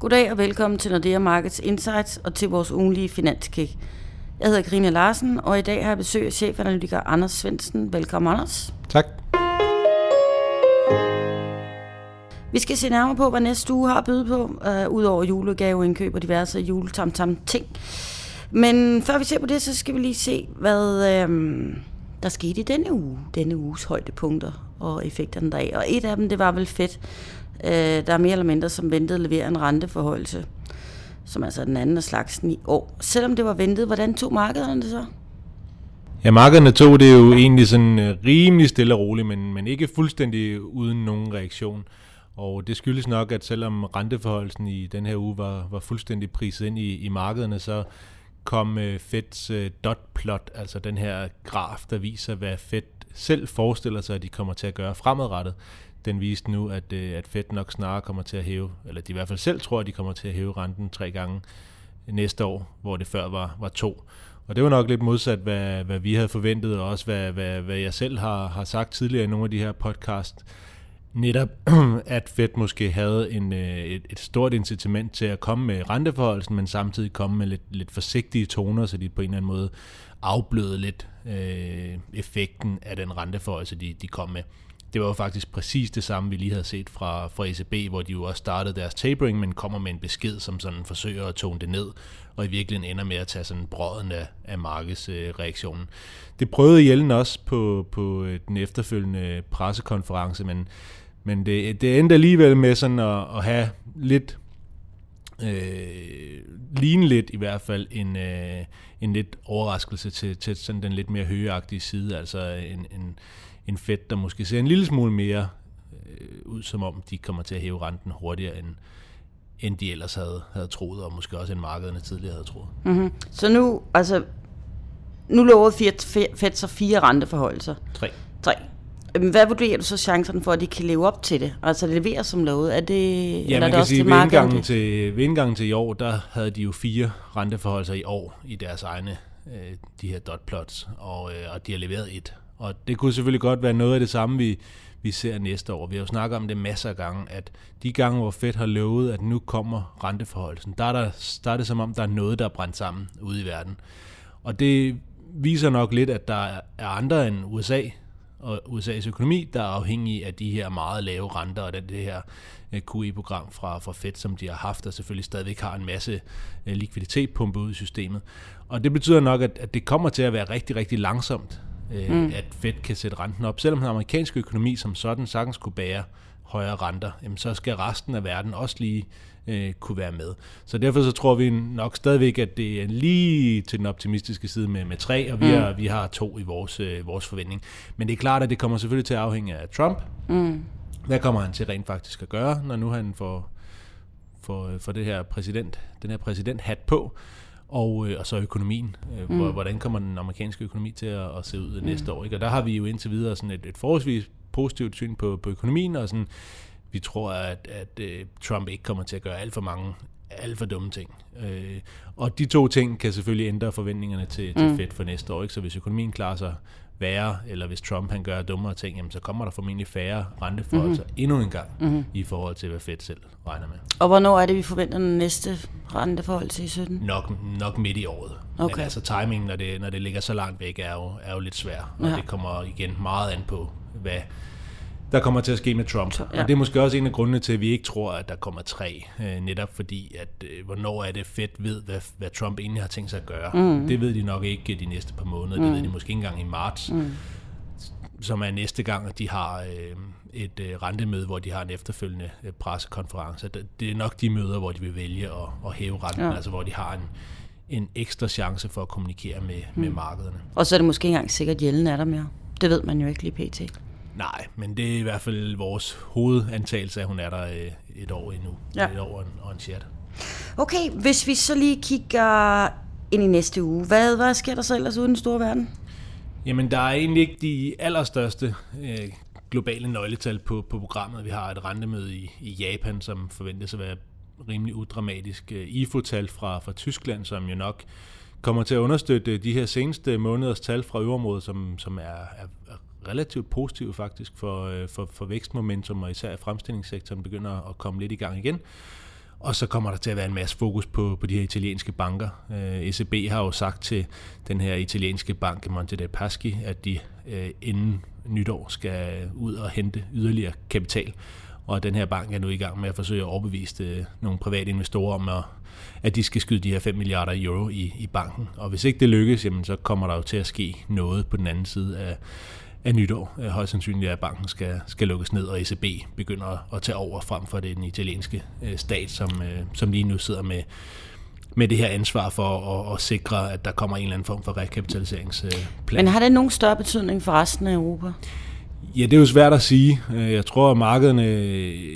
Goddag og velkommen til Nordea Markets Insights og til vores ugenlige finanskick. Jeg hedder Karina Larsen, og i dag har jeg besøg af chefanalytiker Anders Svendsen. Velkommen, Anders. Tak. Vi skal se nærmere på, hvad næste uge har at byde på, udover julegaveindkøb og diverse juletamtam-ting. Men før vi ser på det, så skal vi lige se, hvad der skete i denne uges højdepunkter og effekterne deraf. Og et af dem, det var vel Fed, der er mere eller mindre som ventede at levere en renteforhøjelse, som altså er den anden af slagsen i år. Selvom det var ventet, hvordan tog markederne det så? Ja, markederne tog det jo egentlig sådan rimelig stille og roligt, men ikke fuldstændig uden nogen reaktion. Og det skyldes nok, at selvom renteforhøjelsen i den her uge var fuldstændig priset ind i markederne, så kom Feds dot-plot, altså den her graf, der viser, hvad Fed selv forestiller sig, at de kommer til at gøre fremadrettet. Den viste nu, at Fed nok snarere kommer til at hæve, eller de i hvert fald selv tror, at de kommer til at hæve renten 3 gange næste år, hvor det før var 2. Og det var nok lidt modsat, hvad vi havde forventet, og også hvad jeg selv har sagt tidligere i nogle af de her podcast. Netop, at Fed måske havde et stort incitament til at komme med renteforholdelsen, men samtidig komme med lidt forsigtige toner, så de på en eller anden måde afbløde lidt effekten af den renteforholdelse, de kom med. Det var jo faktisk præcis det samme, vi lige havde set fra ECB, hvor de jo også startede deres tapering, men kommer med en besked, som sådan forsøger at tone det ned, og i virkeligheden ender med at tage sådan brodden af markedsreaktionen. Det prøvede Yellen også på den efterfølgende pressekonference, men det endte alligevel med sådan at have lidt, ligne lidt i hvert fald en lidt overraskelse til sådan den lidt mere højagtige side, altså en Fed, der måske ser en lille smule mere ud, som om de kommer til at hæve renten hurtigere, end de ellers havde troet, og måske også end markederne tidligere havde troet. Mm-hmm. Så nu lovede Fed så 4 renteforhøjelser. 3. Hvad vurderer du så chancerne for, at de kan leve op til det? Altså levere som lovet? Er det, ja, eller man er det kan også sige, ved indgangen til i år, der havde de jo 4 renteforholdelser i år i deres egne, de her dotplots, og de har leveret 1. Og det kunne selvfølgelig godt være noget af det samme, vi ser næste år. Vi har jo snakket om det masser af gange, at de gange, hvor Fed har lovet, at nu kommer renteforholdelsen, der er det som om, der er noget, der er brændt sammen ude i verden. Og det viser nok lidt, at der er andre end USA og USA's økonomi, der er afhængige af de her meget lave renter og det her QE-program fra Fed, som de har haft, og selvfølgelig stadigvæk har en masse likviditet pumpet ud i systemet. Og det betyder nok, at det kommer til at være rigtig, rigtig langsomt, at Fed kan sætte renten op. Selvom den amerikanske økonomi som sådan sagtens kunne bære højere renter, jamen så skal resten af verden også lige kunne være med. Så derfor så tror vi nok stadigvæk, at det er lige til den optimistiske side med 3, og vi har 2 i vores forventning. Men det er klart, at det kommer selvfølgelig til at afhænge af Trump. Hvad kommer han til rent faktisk at gøre, når nu han får den her præsidenthat på? Og så økonomien. Hvordan kommer den amerikanske økonomi til at se ud næste år? Ikke? Og der har vi jo indtil videre sådan et forholdsvis positivt syn på økonomien, og sådan, vi tror, at Trump ikke kommer til at gøre alt for dumme ting. Og de 2 ting kan selvfølgelig ændre forventningerne til Fed for næste år. Ikke? Så hvis økonomien klarer sig værre, eller hvis Trump han gør dummere ting, jamen, så kommer der formentlig færre renteforholdelser endnu en gang i forhold til, hvad Fed selv regner med. Og hvornår er det, vi forventer den næste renteforholdelse i 17? Nok midt i året. Okay. Men altså timingen, når det ligger så langt væk, er jo lidt svær. Og det kommer igen meget an på, hvad der kommer til at ske med Trump. Ja. Og det er måske også en af grundene til, at vi ikke tror, at der kommer 3. Netop fordi, at hvornår er det Fed ved, hvad Trump egentlig har tænkt sig at gøre. Det ved de nok ikke de næste par måneder. Det ved de måske ikke engang i marts, som er næste gang, at de har et rentemøde, hvor de har en efterfølgende pressekonference. Det er nok de møder, hvor de vil vælge at hæve renten, altså hvor de har en ekstra chance for at kommunikere med markederne. Og så er det måske ikke engang sikkert, at Yellen er der mere. Det ved man jo ikke lige pt. Nej, men det er i hvert fald vores hovedantagelse, at hun er der et år endnu. Ja. Et år og en chat. Okay, hvis vi så lige kigger ind i næste uge, hvad sker der så ellers ude i den store verden? Jamen, der er egentlig ikke de allerstørste globale nøgletal på programmet. Vi har et rentemøde i Japan, som forventes at være rimelig udramatisk. IFO-tal fra Tyskland, som jo nok kommer til at understøtte de her seneste måneders tal fra øvreområdet, som er relativt positive faktisk for vækstmomentum, og især fremstillingssektoren begynder at komme lidt i gang igen. Og så kommer der til at være en masse fokus på de her italienske banker. ECB har jo sagt til den her italienske bank, Monte dei Paschi, at de inden nytår skal ud og hente yderligere kapital. Og den her bank er nu i gang med at forsøge at overbevise nogle private investorer om, at de skal skyde de her 5 milliarder euro i banken. Og hvis ikke det lykkes, jamen, så kommer der jo til at ske noget på den anden side af nytår. Højst sandsynligt, at banken skal lukkes ned, og ECB begynder at tage over frem for den italienske stat, som lige nu sidder med det her ansvar for at sikre, at der kommer en eller anden form for rekapitaliseringsplan. Men har det nogen større betydning for resten af Europa? Ja, det er jo svært at sige. Jeg tror, at markederne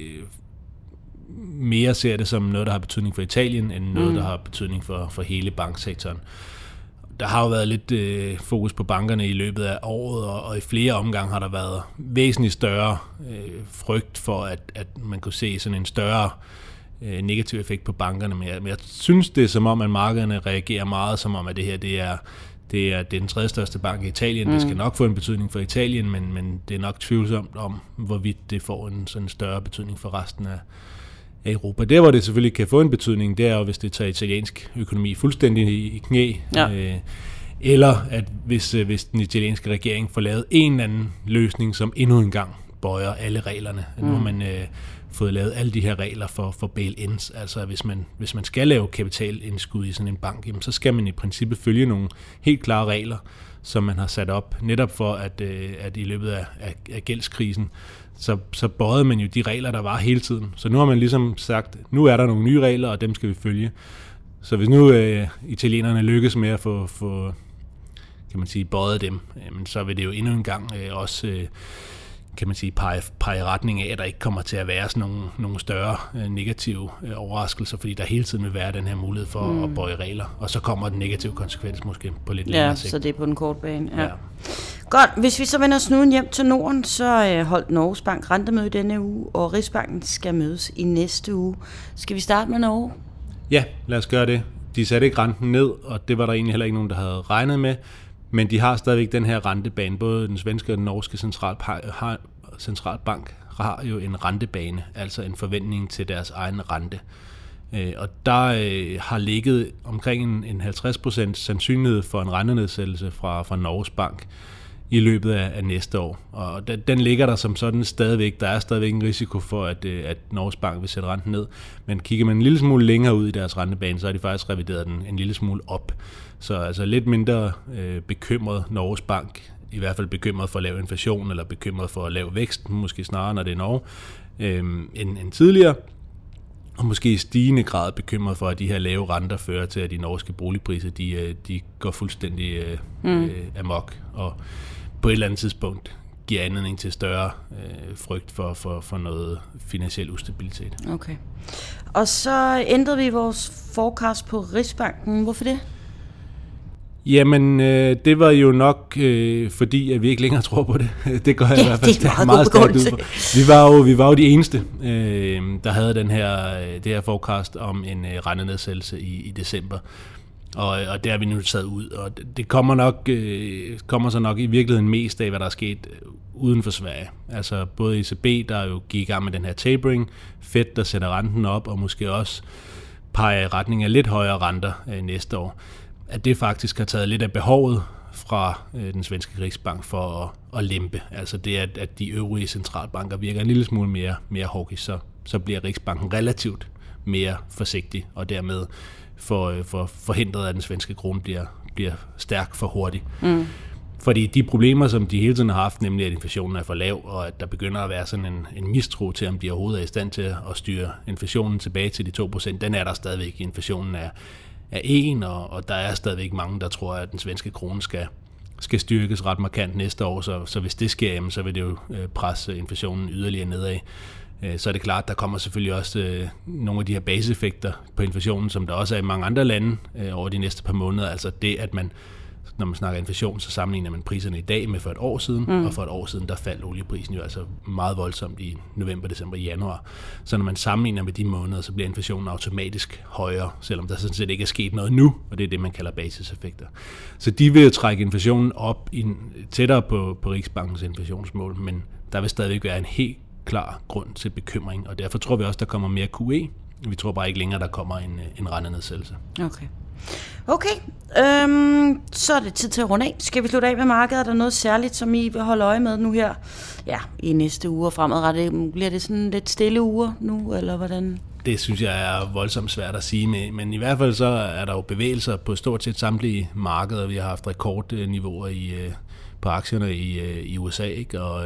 mere ser det som noget, der har betydning for Italien, end noget, der har betydning for hele banksektoren. Der har jo været lidt fokus på bankerne i løbet af året, og i flere omgange har der været væsentligt større frygt for, at man kunne se sådan en større negativ effekt på bankerne. Men jeg synes, det er som om, at markederne reagerer meget som om, at det her det er den tredje største bank i Italien. Det skal nok få en betydning for Italien, men det er nok tvivlsomt om, hvorvidt det får en sådan større betydning for resten af Europa. Der, hvor det selvfølgelig kan få en betydning, det er jo, hvis det tager italiensk økonomi fuldstændig i knæ. Ja. Eller at hvis den italienske regering får lavet en eller anden løsning, som endnu en gang bøjer alle reglerne. Nu har man fået lavet alle de her regler for bail-ins. Altså hvis man skal lave kapitalindskud i sådan en bank, jamen, så skal man i princippet følge nogle helt klare regler, som man har sat op, netop for at i løbet af gældskrisen, så bøjede man jo de regler, der var hele tiden. Så nu har man ligesom sagt, nu er der nogle nye regler, og dem skal vi følge. Så hvis nu italienerne lykkes med at få kan man sige, bøjet dem, jamen, så vil det jo endnu en gang også kan man sige, pege i retning af, at der ikke kommer til at være sådan nogle større negative overraskelser, fordi der hele tiden vil være den her mulighed for at bøje regler, og så kommer den negative konsekvens måske på lidt længere sigt. Ja, så det er på den korte bane. Ja. Godt, hvis vi så vender snuden hjem til Norden, så holdt Norges Bank rentemøde denne uge, og Rigsbanken skal mødes i næste uge. Skal vi starte med Norge? Ja, lad os gøre det. De satte ikke renten ned, og det var der egentlig heller ikke nogen, der havde regnet med, men de har stadigvæk den her rentebane. Både den svenske og den norske centralbank har jo en rentebane, altså en forventning til deres egen rente. Og der har ligget omkring en 50% sandsynlighed for en rentenedsættelse fra Norges Bank i løbet af næste år. Og den ligger der som sådan stadigvæk. Der er stadigvæk en risiko for, at Norges Bank vil sætte renten ned. Men kigger man en lille smule længere ud i deres rentebane, så har de faktisk revideret den en lille smule op. Så altså lidt mindre bekymret Norges Bank, i hvert fald bekymret for lav inflation, eller bekymret for lav vækst, måske snarere, når det er Norge, end tidligere. Og måske i stigende grad bekymret for, at de her lave renter fører til, at de norske boligpriser, de går fuldstændig amok, og på et eller andet tidspunkt giver anledning til større frygt for noget finansiel ustabilitet. Okay. Og så ændrede vi vores forecast på Rigsbanken. Hvorfor det? Jamen, det var jo nok fordi, at vi ikke længere tror på det. Det gør jeg i hvert fald meget stærkt ud på. Vi var jo de eneste, der havde det her forecast om en rentenedsættelse i december. Og det har vi nu taget ud. Og det kommer så nok i virkeligheden mest af, hvad der er sket uden for Sverige. Altså både ECB, der jo gik i gang med den her tapering, Fed, der sætter renten op, og måske også peger i retning af lidt højere renter næste år. At det faktisk har taget lidt af behovet fra den svenske Riksbank for at lempe. Altså det, at de øvrige centralbanker virker en lille smule mere hawkish, så bliver Riksbanken relativt mere forsigtig, og dermed for forhindret, at den svenske krone bliver stærk for hurtigt. Fordi de problemer, som de hele tiden har haft, nemlig at inflationen er for lav, og at der begynder at være sådan en mistro til, om de overhovedet er i stand til at styre inflationen tilbage til de 2%, den er der stadigvæk. Inflationen er 1, og der er stadigvæk mange, der tror, at den svenske krone skal styrkes ret markant næste år, så hvis det sker, så vil det jo presse inflationen yderligere nedad. Så er det klart, der kommer selvfølgelig også nogle af de her baseeffekter på inflationen, som der også er i mange andre lande over de næste par måneder. Altså det, at man, når man snakker inflation, så sammenligner man priserne i dag med for et år siden, og for et år siden, der faldt olieprisen jo altså meget voldsomt i november, december, januar. Så når man sammenligner med de måneder, så bliver inflationen automatisk højere, selvom der sådan set ikke er sket noget nu, og det er det, man kalder basiseffekter. Så de vil trække inflationen op tættere på Riksbankens inflationsmål, men der vil stadigvæk være en helt klar grund til bekymring, og derfor tror vi også, der kommer mere QE Vi tror bare ikke længere, der kommer en rentenedsættelse. Okay, så er det tid til at runde af. Skal vi slutte af med markedet? Er der noget særligt, som I vil holde øje med nu her? Ja, i næste uge og fremadrettet. Bliver det sådan lidt stille uger nu, eller hvordan? Det synes jeg er voldsomt svært at sige, men i hvert fald så er der jo bevægelser på stort set samtlige markeder. Vi har haft rekordniveauer på aktierne i USA, ikke? Og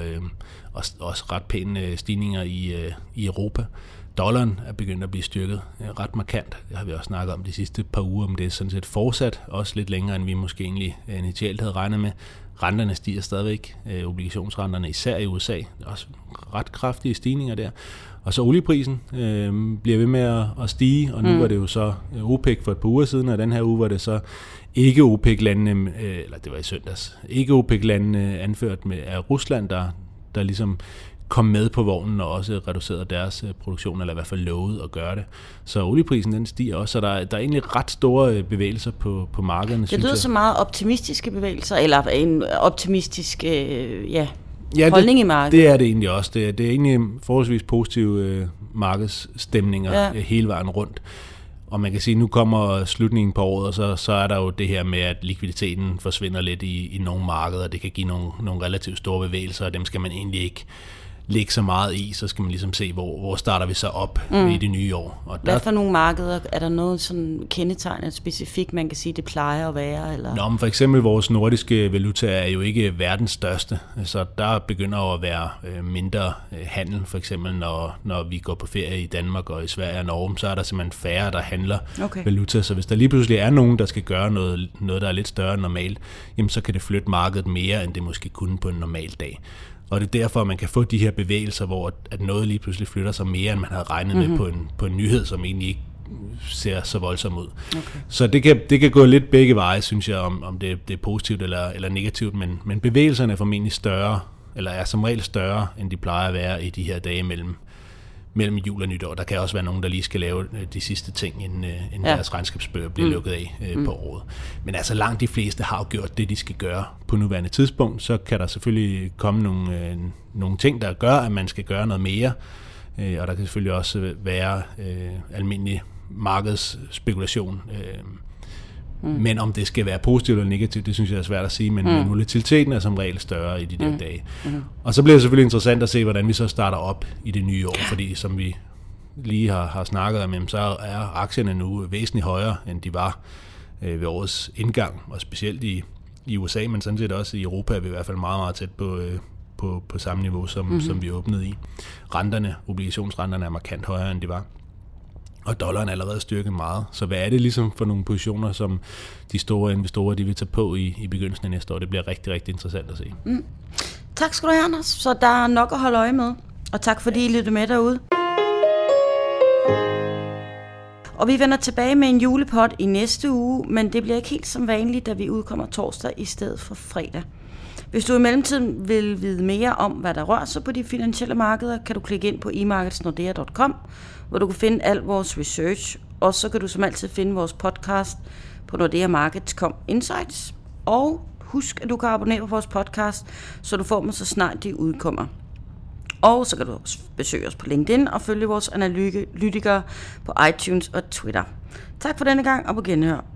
også ret pæne stigninger i Europa. Dollaren er begyndt at blive styrket ret markant. Det har vi også snakket om de sidste par uger, men det er sådan set fortsat, også lidt længere, end vi måske egentlig initialt havde regnet med. Renterne stiger stadigvæk, obligationsrenterne især i USA. Også ret kraftige stigninger der. Og så olieprisen bliver ved med at stige, og nu var det jo så OPEC for et par uger siden, og den her uge var det så ikke OPEC-landene, eller det var i søndags, ikke OPEC-landene anført af Rusland, der ligesom kom med på vognen og også reducerede deres produktion, eller i hvert fald lovede at gøre det. Så olieprisen den stiger også, så der er egentlig ret store bevægelser på markederne. Det lyder så meget optimistiske bevægelser, eller en optimistisk holdning i markedet. Det er det egentlig også. Det er egentlig forholdsvis positive markedsstemninger hele vejen rundt. Og man kan sige, at nu kommer slutningen på året, og så er der jo det her med, at likviditeten forsvinder lidt i nogle markeder. Det kan give nogle relativt store bevægelser, og dem skal man egentlig ikke lægge så meget i. Så skal man ligesom se, hvor starter vi så op i det nye år. Og hvad for nogle markeder? Er der noget sådan kendetegnet specifikt, man kan sige, det plejer at være? Eller? Nå, men for eksempel vores nordiske valuta er jo ikke verdens største, så der begynder jo at være mindre handel. For eksempel når vi går på ferie i Danmark og i Sverige og Norge, så er der simpelthen færre, der handler valuta. Så hvis der lige pludselig er nogen, der skal gøre noget der er lidt større end normalt, jamen så kan det flytte markedet mere, end det måske kunne på en normal dag. Og det er derfor, at man kan få de her bevægelser, hvor at noget lige pludselig flytter sig mere, end man havde regnet med på en nyhed, som egentlig ikke ser så voldsomt ud. Okay. Så det kan gå lidt begge veje, synes jeg, om det er positivt eller negativt, men bevægelserne er formentlig større, eller er som regel større, end de plejer at være i de her dage mellem jul og nytår. Der kan også være nogen, der lige skal lave de sidste ting, inden deres regnskabsbøger bliver lukket af på året. Men altså langt de fleste har jo gjort det, de skal gøre på nuværende tidspunkt. Så kan der selvfølgelig komme nogle ting, der gør, at man skal gøre noget mere. Og der kan selvfølgelig også være almindelig markedsspekulation. Men om det skal være positivt eller negativt, det synes jeg er svært at sige, men volatiliteten er som regel større i de der dage. Og så bliver det selvfølgelig interessant at se, hvordan vi så starter op i det nye år, fordi som vi lige har snakket om, så er aktierne nu væsentligt højere, end de var ved årets indgang, og specielt i USA, men sådan set også i Europa er vi i hvert fald meget, meget tæt på samme niveau, som vi åbnede i. Obligationsrenterne er markant højere, end de var. Og dollaren er allerede styrket meget. Så hvad er det ligesom for nogle positioner, som de store investorer de vil tage på i begyndelsen af næste år? Det bliver rigtig, rigtig interessant at se. Tak skal du have, Anders. Så der er nok at holde øje med. Og tak fordi I lyttede med derude. Og vi vender tilbage med en julepot i næste uge, men det bliver ikke helt som vanligt, da vi udkommer torsdag i stedet for fredag. Hvis du i mellemtiden vil vide mere om, hvad der rører sig på de finansielle markeder, kan du klikke ind på emarketsnordea.com, hvor du kan finde al vores research, og så kan du som altid finde vores podcast på Nordea Markets.com Insights. Og husk, at du kan abonnere på vores podcast, så du får dem så snart de udkommer. Og så kan du også besøge os på LinkedIn og følge vores analytikere på iTunes og Twitter. Tak for denne gang, og på genhør.